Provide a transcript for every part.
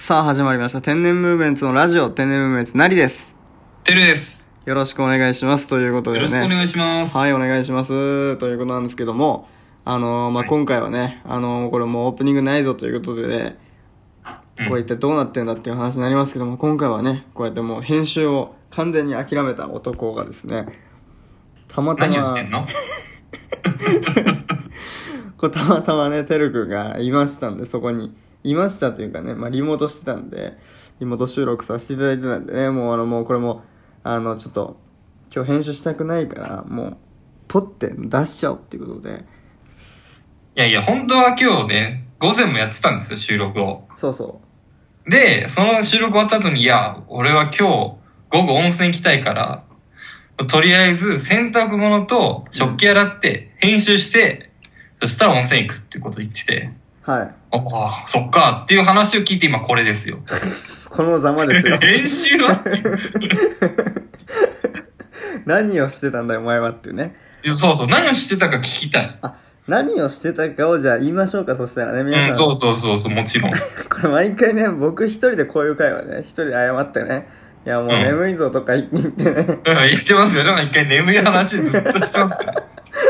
さあ始まりました天然ムーブメンツのラジオ、天然ムーブメンツなりです。 てるです。 よろしくお願いしますということでね。 よろしくお願いします。 はい、お願いしますということなんですけども、今回はね、これもうオープニングないぞということでね、こういったどうなってんだっていう話になりますけども、今回はね、こうやってもう編集を完全に諦めた男がですね、たまたま何をしてんのこれたまたまね、てるくんがいましたんで、そこにいましたというかね、リモートしてたんで、リモート収録させていただいてたんでね、もうこれもちょっと今日編集したくないからもう撮って出しちゃおうっていうことで。 いや本当は今日ね、午前もやってたんですよ、収録を。 そうそう。 で、その収録終わった後に、俺は今日午後温泉行きたいから、とりあえず洗濯物と食器洗って編集して、そしたら温泉行くっていうことを言ってて。 はい。 ああ、そっかっていう話を聞いて今これですよ。 このざまですよ。 編集は何をしてたんだよお前はっていうね。 そうそう、何をしてたか聞きたい。 何をしてたかをじゃあ言いましょうか。そしたらね、皆さん。 そう、もちろん。 これ毎回ね、僕一人でこういう会話ね、一人で謝ってね、いやもう眠いぞとか言ってね。 言ってますよ。なんか一回眠い話ずっとしてますよ。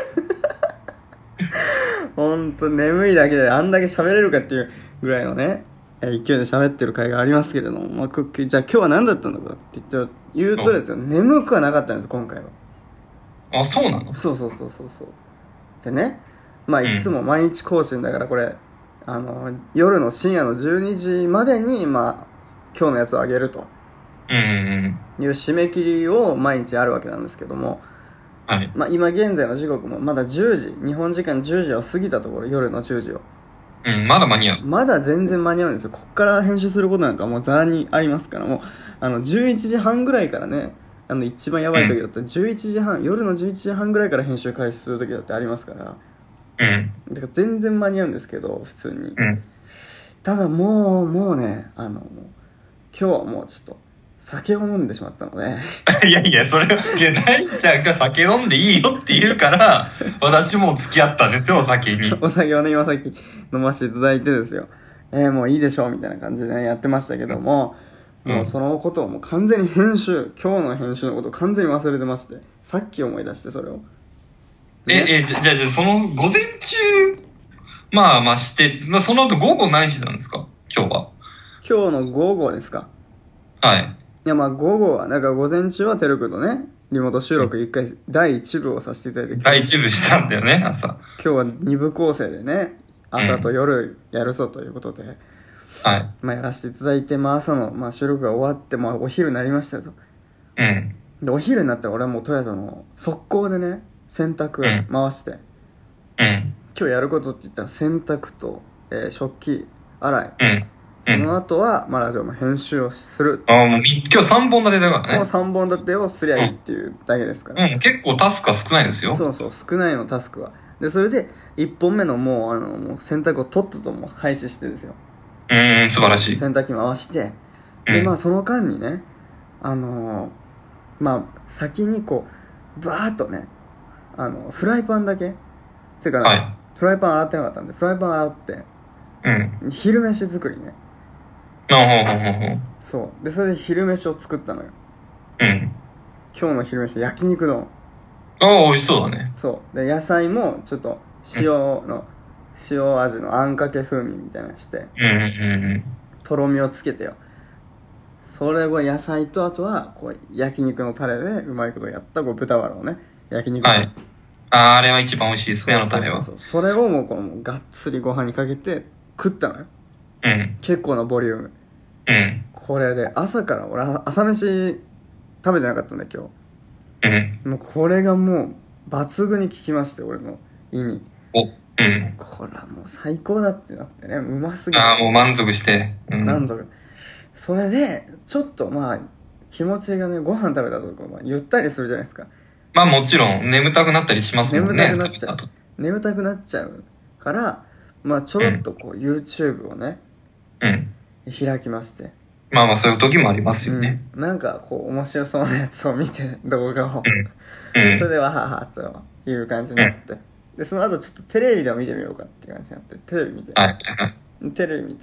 ほんと眠いだけであんだけ喋れるかっていうぐらいのね、勢いで喋ってる回がありますけれども、じゃあ今日は何だったのかって言うとですよ、眠くはなかったんです今回は。 あ、そうなの？ そう。でね、いつも毎日更新だからこれ、夜の深夜の12時までに、今日のやつをあげると。いう締め切りを毎日あるわけなんですけども、 はい。 今現在の時刻もまだ10時、日本時間10時を過ぎたところ、夜の10時を。 まだ間に合う。 まだ全然間に合うんですよ。こっから編集することなんかもうザラにありますから、もう、11時半ぐらいからね、一番やばい時だったら11時半、夜の11時半ぐらいから編集開始する時だってありますから。だから全然間に合うんですけど、普通に。ただもうね、今日はもうちょっと、酒を飲んでしまったのでそれナイちゃんが酒飲んでいいよって言うから私も付き合ったんですよ、お酒に。 お酒をね、今さっき飲ませていただいてですよ、もういいでしょうみたいな感じでねやってましたけども、もうそのことをもう完全に今日の編集のことを完全に忘れてまして、さっき思い出してそれを、 ね、じゃあその午前中して、その後午後何時なんですか今日は。 今日の午後ですか。 はい。 いや午後はなんか午前中はテルクとねリモート収録一回第1部をさせていただいて、 第1部したんだよね、朝。 今日は2部構成でね、朝と夜やるぞということで、 はい。 やらせていただいて、朝の、収録が終わって、お昼になりましたよと。でお昼になったら俺はもうとりあえず速攻でね洗濯回して、今日やることって言ったら洗濯と、食器洗い、その後は、ラジオの編集をする。 もう今日3本立てだからね。 この3本立てをすりゃいいっていうだけですから、 結構タスクは少ないですよ。 そう少ないのタスクは。でそれで1本目のもう洗濯をとっとともう開始してですよ。 素晴らしい。 洗濯機回して、でその間にね先にこうバーッとねフライパンだけていうか、フライパン洗ってなかったんでフライパン洗って、昼飯作りね。そうでそれで昼飯を作ったのよ。今日の昼飯焼肉丼。 美味しそうだね。 そうで野菜もちょっと塩味のあんかけ風味みたいなのして、とろみをつけてよ。それを野菜とあとはこう焼肉のタレでうまいことやったこう豚バラをね焼肉、 あれは一番美味しいですね、あのタレは。 それをもうがっつりご飯にかけて食ったのよ。結構なボリューム。これで朝から俺朝飯食べてなかったんだ今日。もうこれがもう抜群に効きまして、俺の胃に。これはもう最高だってなってね、うますぎて。 もう満足して。 満足。それでちょっと気持ちがね、ご飯食べたとかゆったりするじゃないですか。 もちろん眠たくなったりしますもんね。 眠たくなっちゃうからちょろっとこう YouTube をね、開きまして。 そういう時もありますよね。 なんかこう面白そうなやつを見て動画を、それでわははという感じになって、でその後ちょっとテレビでも見てみようかっていう感じになってテレビ見て、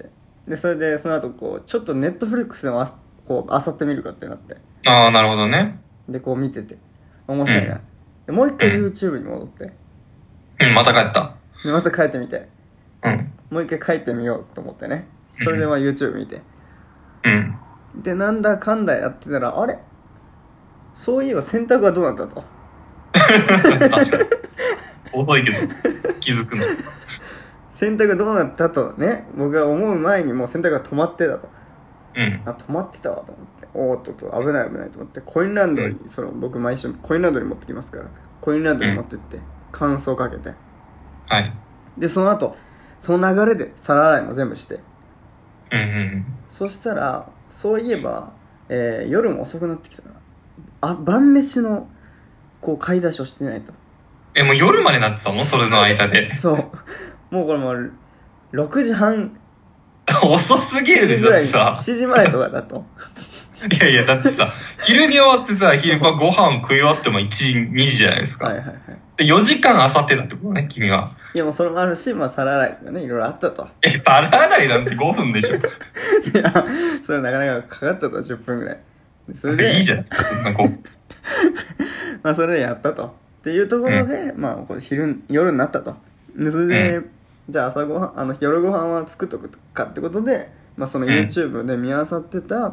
でそれでその後こうちょっとネットフリックスでもこう漁ってみるかってなって、 ああ、なるほどね。 でこう見てて面白いな、でもう一回 YouTube に戻って、 うん、また帰った。 でまた帰ってみて、 うん。 もう一回帰ってみようと思ってね、それでまあ YouTube 見て、 うん。 でなんだかんだやってたら、あれそういえば洗濯はどうなったと。 確かに。遅いけど、気づくの。 洗濯がどうなったとね、僕が思う前にもう洗濯が止まってたと。 うん。 あ、止まってたわと思って、おーっと危ない危ないと思って、コインランドリー、その僕毎週コインランドリー持ってきますから、コインランドリー持ってって、乾燥かけて、 はい。 でその後その流れで皿洗いも全部して、 うんうんそしたらそういえば、夜も遅くなってきたな、晩飯のこう買い出しをしてないと。 もう夜までなってたのそれの間で。 そうもうこれもう6時半遅すぎるで 7時ぐらい、 だってさ。 7時前とかだといやいや、だってさ、昼に終わってさ、昼間ご飯食い終わっても1時、2時じゃないですか。 はいはいはい。 で、4時間あさってたってことね、君は。 いやもうそれもあるし、まあ皿洗いとかね、いろいろあったと。 皿洗いなんて5分でしょ。 いやそれなかなかかかったと、10分ぐらい。それでいいじゃん。そんなこう。 まあそれでやったとっていうところで、まあこう夜になったと。でそれで、じゃあ朝ごはん夜ご飯は作っとくかってことで、まあ、その YouTube で見漁ってた、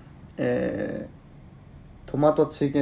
トマトチゲ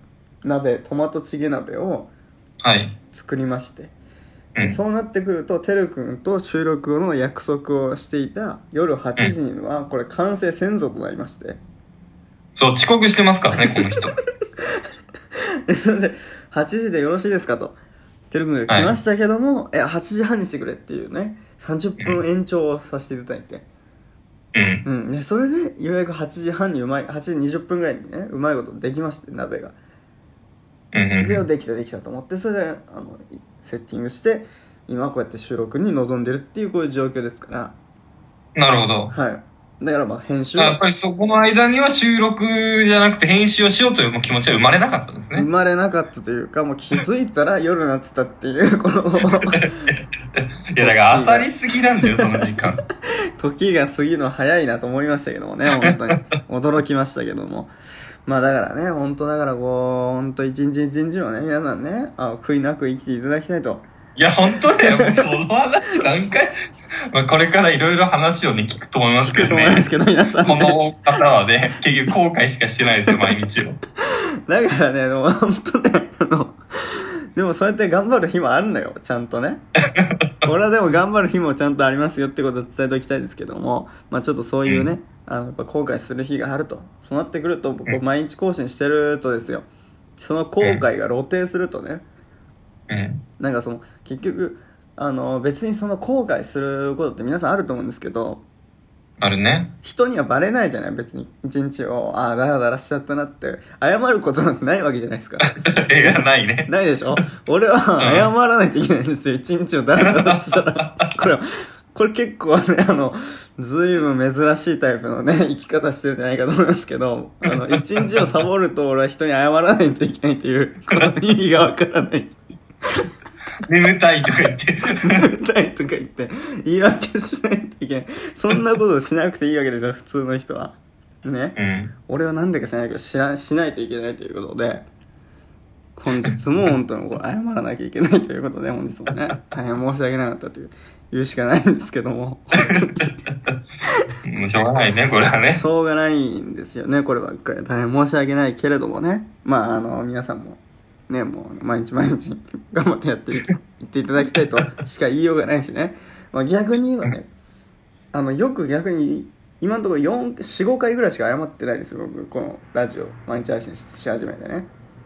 鍋をはい。 作りまして、 うん。 そうなってくるとてるくんと収録の約束をしていた夜8時にはこれ完成せんぞとなりまして、 そう、遅刻してますからね、この人。 でそれで8時でよろしいですかとてるくんが来ましたけども、8時半にしてくれっていうね、30分延長をさせていただいて、 うん。 でそれでようやく8時半に8時20分ぐらいにねうまいことできまして鍋が、 うん。 でできたと思って、それでセッティングして今こうやって収録に臨んでるっていうこういう状況ですから、 なるほど。 はいだからまあ編集やっぱりそこの間には収録じゃなくて編集をしようという気持ちは生まれなかったんです生ね。 まれなかったというか、もう気づいたら夜になってたっていうこのいや、だから焦りすぎなんだよ、その時間。 時が過ぎるの早いなと思いましたけどもね、本当に驚きましたけども、まあだからね、本当だからこう本当一日一日をね皆さんね悔いなく生きていただきたいと。 いや、本当だよ。もうこの話何回、まあ、これからいろいろ話をね、聞くと思いますけどね。 聞くと思いますけど皆さんね、 この方はね、結局後悔しかしてないですよ、毎日を。 だからね、でも本当ね、でもそうやって頑張る日もあるのよ、ちゃんとね。俺はでも頑張る日もちゃんとありますよってことを伝えておきたいですけども、まあちょっとそういうね、やっぱ後悔する日があると。そうなってくると、僕毎日更新してるとですよ、その後悔が露呈するとね、なんかその結局別にその後悔することって皆さんあると思うんですけど、 あるね。 人にはバレないじゃない、別に一日をダラダラしちゃったなって謝ることなんてないわけじゃないですか。 いや、ないね。 ないでしょ。俺は謝らないといけないんですよ、一日をダラダラしたらこれ結構ねずいぶん珍しいタイプのね生き方してるんじゃないかと思いますけど、一日をサボると俺は人に謝らないといけないというこの意味がわからない眠たいとか言って。 眠たいとか言って言い訳しないといけない。そんなことをしなくていいわけですよ、普通の人はね。俺は何でか知らないけどしないといけないということで、本日も本当に謝らなきゃいけないということで、本日もね大変申し訳なかったという言うしかないんですけども、 もうしょうがないね、これはね。 しょうがないんですよね、こればっかり。大変申し訳ないけれどもね、まあ皆さんもね、もう毎日毎日頑張ってやっていっていただきたいとしか言いようがないしね。まあ、逆に言えばね、よく逆に今のところ4、5回ぐらいしか謝ってないですよ、僕。このラジオ毎日配信し始めてね。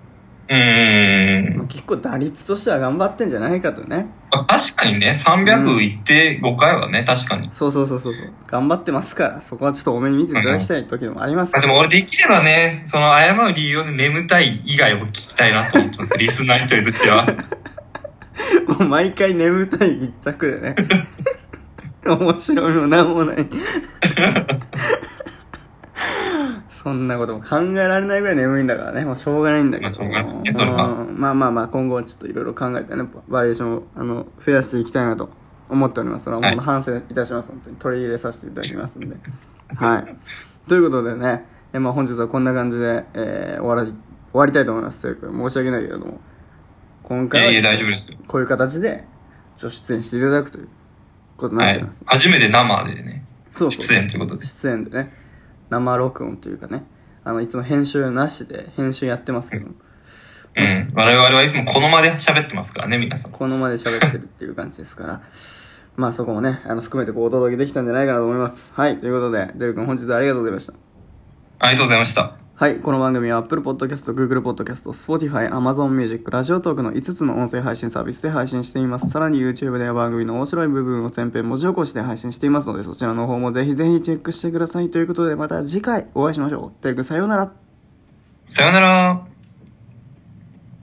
結構打率としては頑張ってんじゃないかとね。 確かにね、300いって5回はね、確かに。 そう頑張ってますから、そこはちょっと多めに見ていただきたい時でもありますから、 でも俺できればね、その謝る理由を眠たい以外を聞きたいなと思ってます。リスナー一人としては。 もう毎回眠たい一択でね面白いもなんもないそんなことも考えられないぐらい眠いんだからね、もうしょうがないんだけど、まあ今後ちょっといろいろ考えてね、バリエーションを増やしていきたいなと思っております。それはもう反省いたします。本当に取り入れさせていただきますんで。はい。ということでね、まあ、本日はこんな感じで、終わりたいと思います。申し訳ないけれども、今回は大丈夫ですよ。 こういう形で出演していただくということになっています。 初めて生でね、 そう出演ということで。 出演でね、生録音というかね、いつも編集なしで編集やってますけども、 我々はいつもこの場で喋ってますからね、皆さん。 この場で喋ってるっていう感じですから、まあそこもね、含めてお届けできたんじゃないかなと思います。はい、ということで、デル君本日はありがとうございました。 ありがとうございました。 はい、この番組は Apple Podcast、Google Podcast、Spotify、Amazon Music、ラジオトークの5つの音声配信サービスで配信しています。さらに YouTube では番組の面白い部分を全編文字起こしで配信していますので、そちらの方もぜひぜひチェックしてください。ということで、また次回お会いしましょう。デル君さようなら。 さようなら。